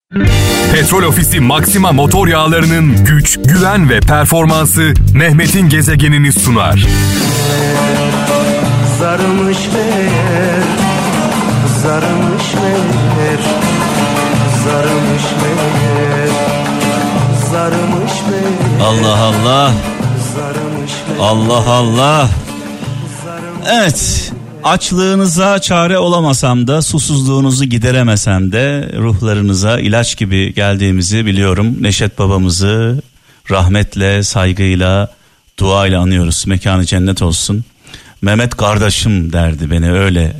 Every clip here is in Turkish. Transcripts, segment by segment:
Petrol Ofisi Maxima motor yağlarının güç, güven ve performansı Mehmet'in gezegenini sunar. Zarmış meğer, zarmış meğer, zarmış meğer, zarmış meğer. Allah Allah. Allah Allah. Evet. Açlığınıza çare olamasam da, susuzluğunuzu gideremesem de ruhlarınıza ilaç gibi geldiğimizi biliyorum. Neşet babamızı rahmetle, saygıyla, duayla anıyoruz. Mekanı cennet olsun. Mehmet kardeşim derdi, beni öyle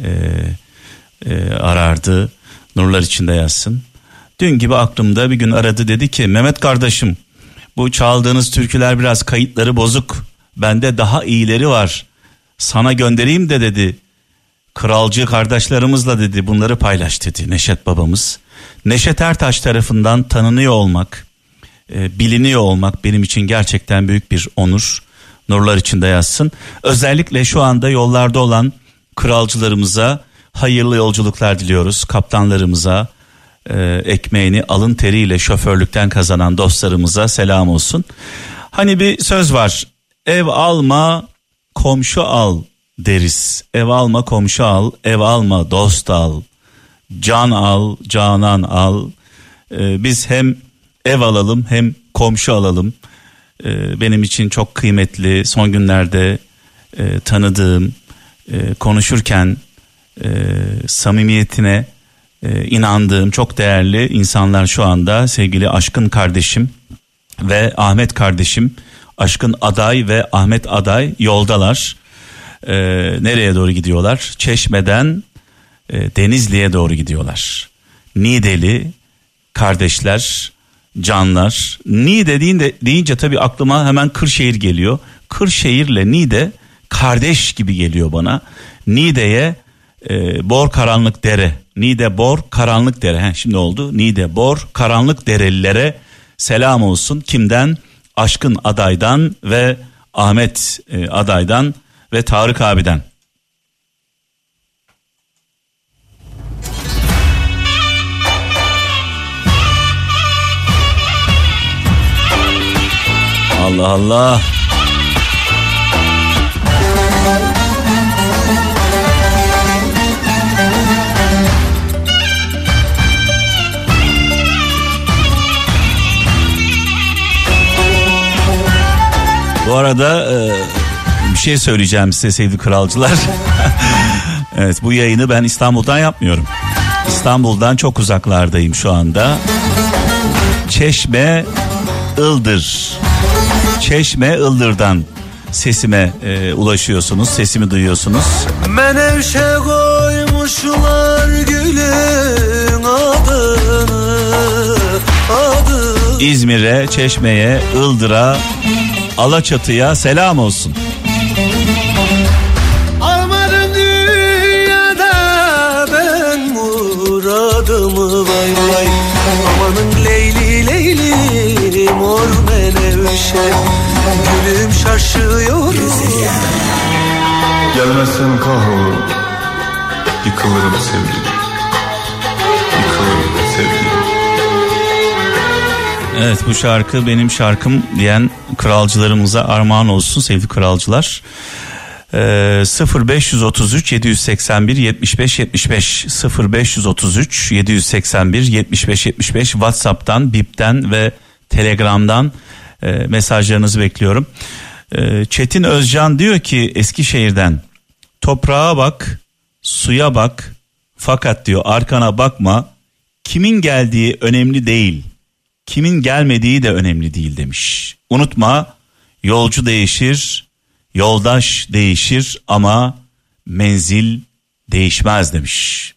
arardı. Nurlar içinde yatsın. Dün gibi aklımda bir gün aradı, dedi ki Mehmet kardeşim, bu çaldığınız türküler biraz kayıtları bozuk. Bende daha iyileri var. Sana göndereyim de dedi. Kralcı kardeşlerimizle dedi bunları paylaş dedi Neşet babamız. Neşet Ertaş tarafından tanınıyor olmak, biliniyor olmak benim için gerçekten büyük bir onur. Nurlar içinde yatsın. Özellikle şu anda yollarda olan kralcılarımıza hayırlı yolculuklar diliyoruz. Kaptanlarımıza, ekmeğini alın teriyle şoförlükten kazanan dostlarımıza selam olsun. Hani bir söz var, ev alma komşu al deriz. Ev alma komşu al, ev alma dost al, can al canan al. Biz hem ev alalım hem komşu alalım. Benim için çok kıymetli, son günlerde tanıdığım, konuşurken samimiyetine inandığım çok değerli insanlar şu anda. Sevgili Aşkın kardeşim ve Ahmet kardeşim, Aşkın Aday ve Ahmet Aday yoldalar. Nereye doğru gidiyorlar? Çeşme'den Denizli'ye doğru gidiyorlar. Niğdeli kardeşler, canlar. Niğde deyince tabii aklıma hemen Kırşehir geliyor. Kırşehir'le Niğde kardeş gibi geliyor bana. Niğde'ye Bor Karanlık Dere. Niğde Bor Karanlık Dere. Şimdi oldu. Niğde Bor Karanlık Derelilere selam olsun. Kimden? Aşkın Aday'dan ve Ahmet Aday'dan ve Tarık abiden. Allah Allah. Bu arada bir şey söyleyeceğim size sevgili kralcılar. Evet, bu yayını ben İstanbul'dan yapmıyorum. İstanbul'dan çok uzaklardayım şu anda. Çeşme, Ildır. Çeşme, Ildır'dan sesime ulaşıyorsunuz, sesimi duyuyorsunuz. Menevşe koymuşlar gülün adını. İzmir'e, Çeşme'ye, Ildır'a, Alaçatı'ya selam olsun. Almadım dünyada ben muradımı, vay vay. Amanın Leyli Leyli mor menevşe, gülüm şaşıyor. Gelmezsen kahrolurum, yıkılırım sevgilim, yıkılırım sevgilim. Evet, bu şarkı benim şarkım diyen kralcılarımıza armağan olsun sevgili kralcılar. 0533 781 75 75 0533 781 75 75 WhatsApp'tan, Bip'ten ve Telegram'dan mesajlarınızı bekliyorum. Çetin Özcan diyor ki Eskişehir'den, toprağa bak, suya bak, fakat diyor arkana bakma, kimin geldiği önemli değil, kimin gelmediği de önemli değil demiş. Unutma, yolcu değişir, yoldaş değişir ama menzil değişmez demiş.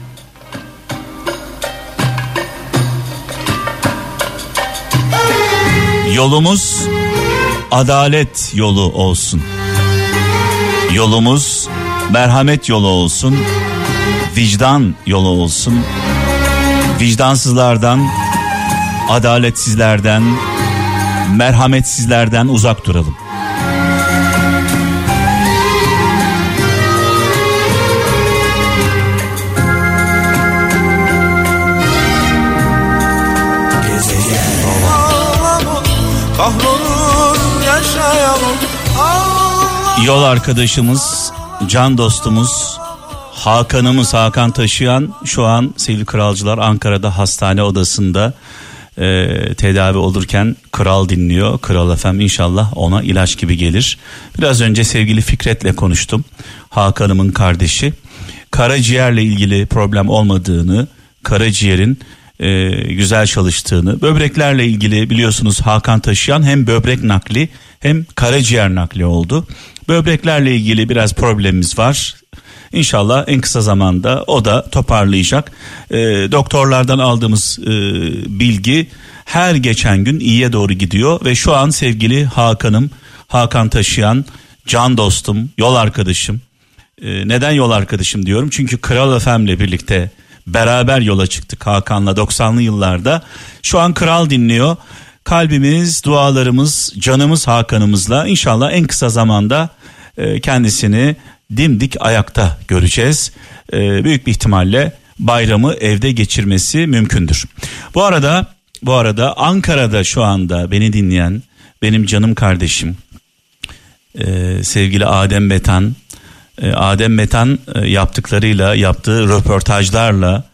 Yolumuz adalet yolu olsun. Yolumuz merhamet yolu olsun. Vicdan yolu olsun. Vicdansızlardan, adaletsizlerden, merhametsizlerden uzak duralım. kahrolur yaşayamam. Yol arkadaşımız, can dostumuz Hakan'ımız, Hakan Taşıyan şu an sevgili kralcılar Ankara'da hastane odasında tedavi olurken Kral dinliyor. Kral FM inşallah ona ilaç gibi gelir. Biraz önce sevgili Fikret'le konuştum. Hakan'ımın kardeşi. Karaciğerle ilgili problem olmadığını, karaciğerin güzel çalıştığını, böbreklerle ilgili biliyorsunuz Hakan Taşıyan hem böbrek nakli hem karaciğer nakli oldu. Böbreklerle ilgili biraz problemimiz var. İnşallah en kısa zamanda o da toparlayacak. Doktorlardan aldığımız bilgi her geçen gün iyiye doğru gidiyor ve şu an sevgili Hakan'ım, Hakan Taşıyan, can dostum, yol arkadaşım. Neden yol arkadaşım diyorum? Çünkü Kral FM'le birlikte beraber yola çıktık Hakan'la 90'lı yıllarda. Şu an Kral dinliyor. Kalbimiz, dualarımız, canımız Hakan'ımızla inşallah en kısa zamanda kendisini dimdik ayakta göreceğiz. Büyük bir ihtimalle bayramı evde geçirmesi mümkündür. Bu arada Ankara'da şu anda beni dinleyen benim canım kardeşim sevgili Adem Metan. Adem Metan yaptıklarıyla, yaptığı röportajlarla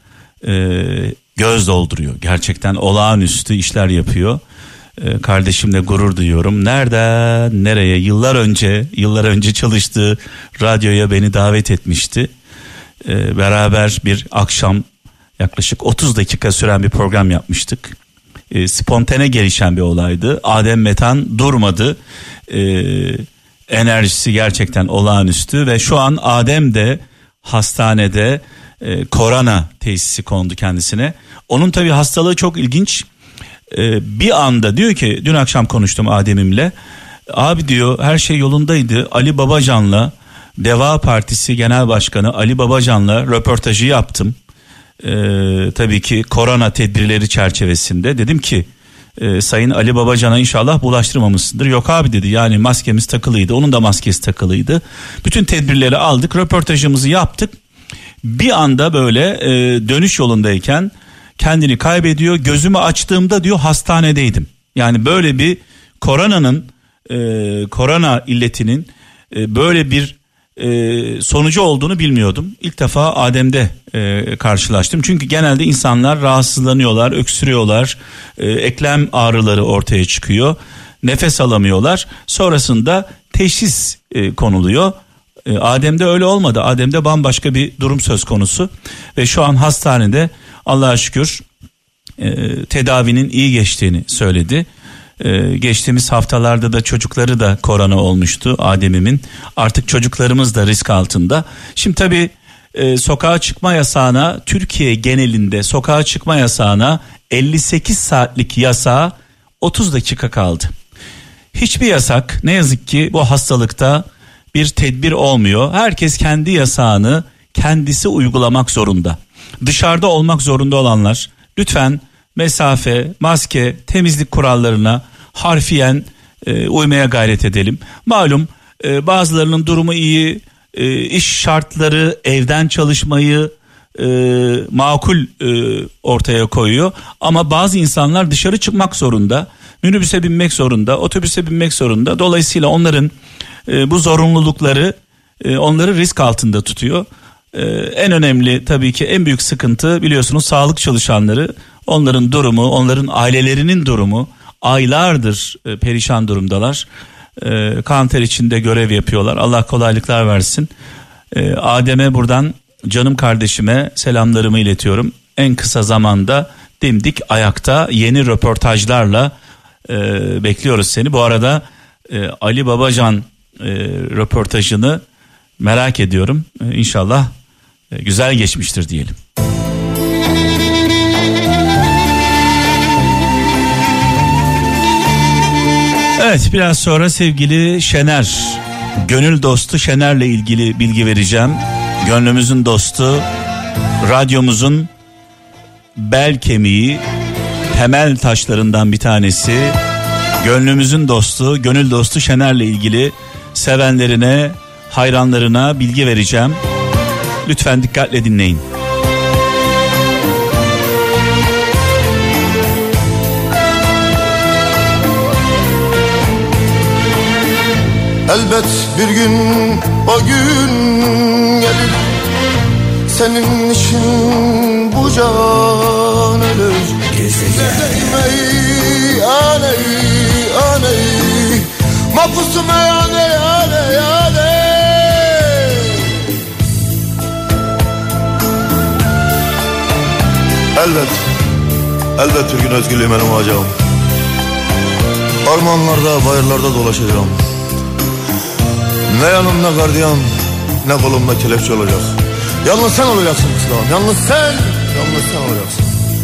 göz dolduruyor. Gerçekten olağanüstü işler yapıyor. Kardeşimle gurur duyuyorum. Nereden nereye yıllar önce çalıştığı radyoya beni davet etmişti. Beraber bir akşam yaklaşık 30 dakika süren bir program yapmıştık. Spontane gelişen bir olaydı. Adem Metan durmadı. Enerjisi gerçekten olağanüstü ve şu an Adem de hastanede korona teşhisi kondu kendisine. Onun tabii hastalığı çok ilginç. Bir anda diyor ki, dün akşam konuştum Adem'imle. Abi diyor her şey yolundaydı. Ali Babacan'la, Deva Partisi Genel Başkanı Ali Babacan'la röportajı yaptım. Tabii ki korona tedbirleri çerçevesinde. Dedim ki Sayın Ali Babacan'a inşallah bulaştırmamışsındır. Yok abi dedi, yani maskemiz takılıydı, onun da maskesi takılıydı. Bütün tedbirleri aldık, röportajımızı yaptık. Bir anda böyle dönüş yolundayken kendini kaybediyor. Gözümü açtığımda diyor hastanedeydim. Yani böyle bir korona illetinin böyle bir sonucu olduğunu bilmiyordum. İlk defa Adem'de karşılaştım. Çünkü genelde insanlar rahatsızlanıyorlar, öksürüyorlar, eklem ağrıları ortaya çıkıyor, nefes alamıyorlar. Sonrasında teşhis konuluyor. Adem'de öyle olmadı. Adem'de bambaşka bir durum söz konusu ve şu an hastanede Allah'a şükür tedavinin iyi geçtiğini söyledi. Geçtiğimiz haftalarda da çocukları da korona olmuştu Adem'imin. Artık çocuklarımız da risk altında. Şimdi tabii sokağa çıkma yasağına, Türkiye genelinde sokağa çıkma yasağına 58 saatlik yasağa 30 dakika kaldı. Hiçbir yasak ne yazık ki bu hastalıkta bir tedbir olmuyor. Herkes kendi yasağını kendisi uygulamak zorunda. Dışarıda olmak zorunda olanlar lütfen mesafe, maske, temizlik kurallarına harfiyen uymaya gayret edelim. Malum bazılarının durumu iyi, iş şartları evden çalışmayı makul ortaya koyuyor. Ama bazı insanlar dışarı çıkmak zorunda, minibüse binmek zorunda, otobüse binmek zorunda. Dolayısıyla onların bu zorunlulukları onları risk altında tutuyor. En önemli tabii ki en büyük sıkıntı biliyorsunuz sağlık çalışanları. Onların durumu, onların ailelerinin durumu, aylardır perişan durumdalar. Kan ter içinde görev yapıyorlar. Allah kolaylıklar versin. Adem'e buradan, canım kardeşime selamlarımı iletiyorum. En kısa zamanda dimdik ayakta yeni röportajlarla bekliyoruz seni. Bu arada Ali Babacan röportajını merak ediyorum. İnşallah güzel geçmiştir diyelim. Evet, biraz sonra sevgili Şener, gönül dostu Şener'le ilgili bilgi vereceğim. Gönlümüzün dostu, radyomuzun bel kemiği, temel taşlarından bir tanesi. Gönlümüzün dostu, gönül dostu Şener'le ilgili sevenlerine, hayranlarına bilgi vereceğim. Lütfen dikkatle dinleyin. Elbet bir gün o gün gelir, senin için bu can ölür. Gezegen aney mapusum aney. Elbet bir gün özgürlüğüme olacağım. Ormanlarda, bayırlarda dolaşacağım. Ne yanımda gardiyan, ne kolumda kelepçe olacak. Yalnız sen olacaksın kızım. Yalnız sen olacaksın.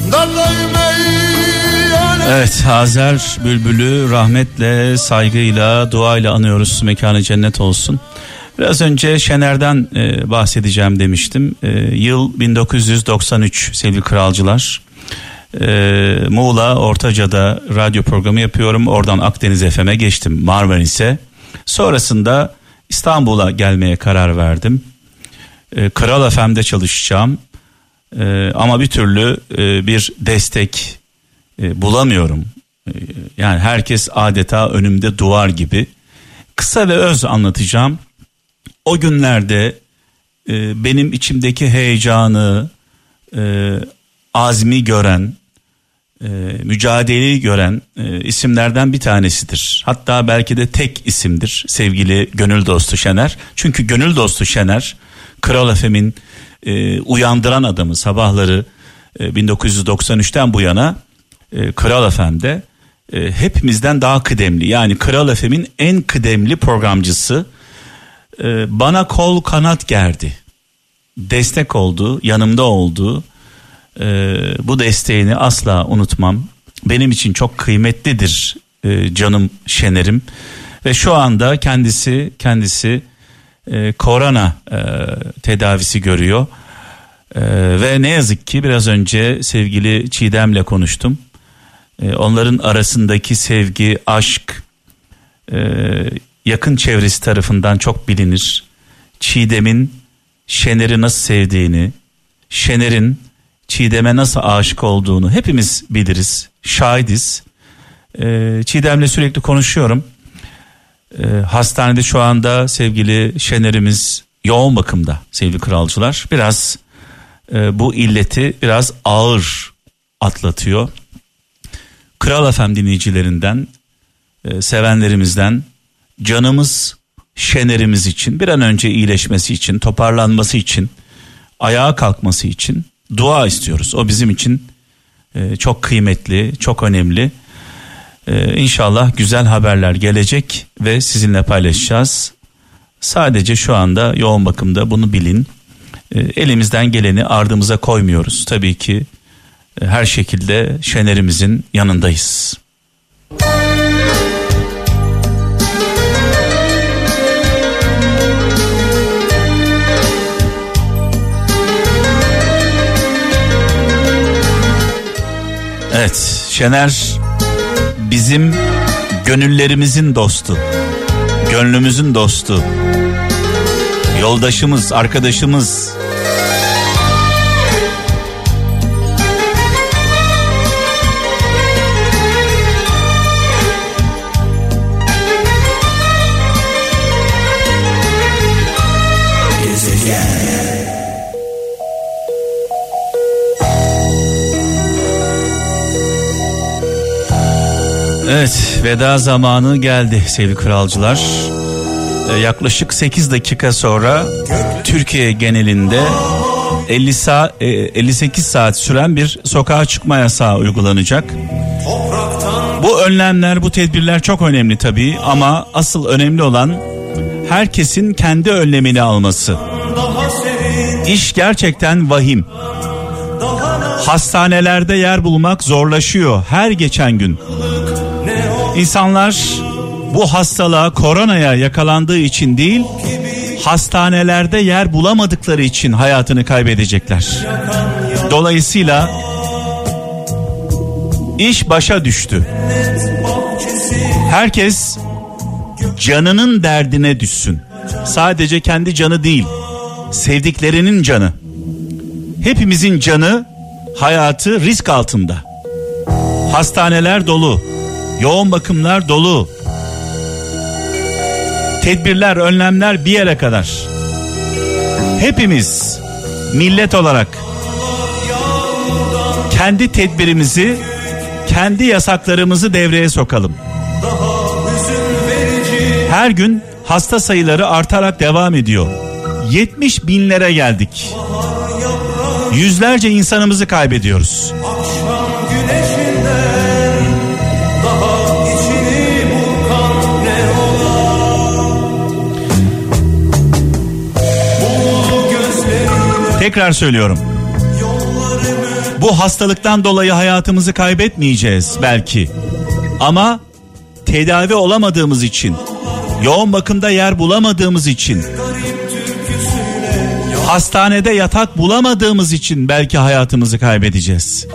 Evet, Azer Bülbül'ü rahmetle, saygıyla, duayla anıyoruz. Mekanı cennet olsun. Biraz önce Şener'den bahsedeceğim demiştim. Yıl 1993 sevgili kralcılar. Muğla Ortaca'da radyo programı yapıyorum. Oradan Akdeniz FM'e geçtim, Marmaris'e. Sonrasında İstanbul'a gelmeye karar verdim. Kral FM'de çalışacağım. Ama bir türlü bir destek bulamıyorum. Yani herkes adeta önümde duvar gibi. Kısa ve öz anlatacağım. O günlerde benim içimdeki heyecanı, azmi gören, mücadeleyi gören isimlerden bir tanesidir. Hatta belki de tek isimdir sevgili gönül dostu Şener. Çünkü gönül dostu Şener, Kral FM'in uyandıran adamı. Sabahları 1993'ten bu yana Kral FM'de hepimizden daha kıdemli. Yani Kral FM'in en kıdemli programcısı. Bana kol kanat gerdi. Destek oldu, yanımda oldu. Bu desteğini asla unutmam. Benim için çok kıymetlidir canım Şener'im. Ve şu anda kendisi korona tedavisi görüyor. Ve ne yazık ki biraz önce sevgili Çiğdem'le konuştum. Onların arasındaki sevgi, aşk yakın çevresi tarafından çok bilinir. Çiğdem'in Şener'i nasıl sevdiğini, Şener'in Çiğdem'e nasıl aşık olduğunu hepimiz biliriz, şahidiz. Çiğdem'le sürekli konuşuyorum. Hastanede şu anda sevgili Şener'imiz yoğun bakımda sevgili kralcılar. Biraz bu illeti biraz ağır atlatıyor. Kral FM dinleyicilerinden, sevenlerimizden, canımız Şener'imiz için bir an önce iyileşmesi için, toparlanması için, ayağa kalkması için dua istiyoruz. O bizim için çok kıymetli, çok önemli. İnşallah güzel haberler gelecek ve sizinle paylaşacağız. Sadece şu anda yoğun bakımda, bunu bilin. Elimizden geleni ardımıza koymuyoruz. Tabii ki her şekilde Şener'imizin yanındayız. Evet, Şener bizim gönüllerimizin dostu, gönlümüzün dostu, yoldaşımız, arkadaşımız. Evet, veda zamanı geldi sevgili kralcılar. Yaklaşık 8 dakika sonra Türkiye genelinde 58 saat süren bir sokağa çıkma yasağı uygulanacak. Bu önlemler, bu tedbirler çok önemli tabii, ama asıl önemli olan herkesin kendi önlemini alması. İş gerçekten vahim. Hastanelerde yer bulmak zorlaşıyor her geçen gün. İnsanlar bu hastalığa, koronaya yakalandığı için değil, hastanelerde yer bulamadıkları için hayatını kaybedecekler. Dolayısıyla iş başa düştü. Herkes canının derdine düşsün. Sadece kendi canı değil, sevdiklerinin canı. Hepimizin canı, hayatı risk altında. Hastaneler dolu, yoğun bakımlar dolu. Tedbirler, önlemler bir yere kadar. Hepimiz millet olarak kendi tedbirimizi, kendi yasaklarımızı devreye sokalım. Her gün hasta sayıları artarak devam ediyor. 70 binlere geldik. Yüzlerce insanımızı kaybediyoruz. Tekrar söylüyorum. Bu hastalıktan dolayı hayatımızı kaybetmeyeceğiz belki. Ama tedavi olamadığımız için, yoğun bakımda yer bulamadığımız için, hastanede yatak bulamadığımız için belki hayatımızı kaybedeceğiz.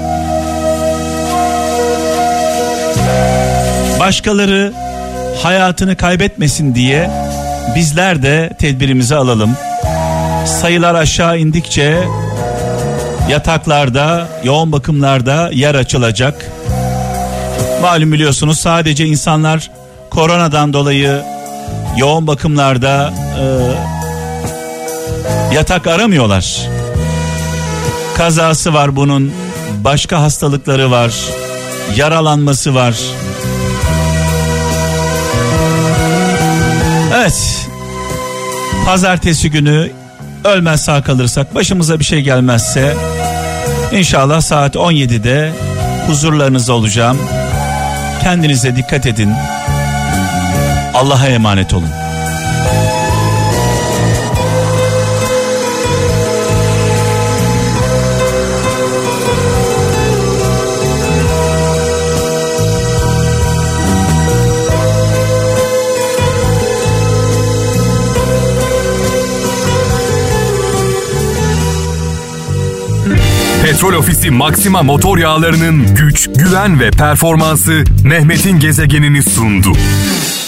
Başkaları hayatını kaybetmesin diye bizler de tedbirimizi alalım. Sayılar aşağı indikçe yataklarda, yoğun bakımlarda yer açılacak. Malum biliyorsunuz, sadece insanlar koronadan dolayı yoğun bakımlarda yatak aramıyorlar. Kazası var bunun, başka hastalıkları var, yaralanması var. Evet, pazartesi günü ölmez sağ kalırsak, başımıza bir şey gelmezse inşallah saat 17'de huzurlarınızda olacağım. Kendinize dikkat edin. Allah'a emanet olun. Petrol Ofisi Maxima motor yağlarının güç, güven ve performansı Mehmet'in gezegenini sundu.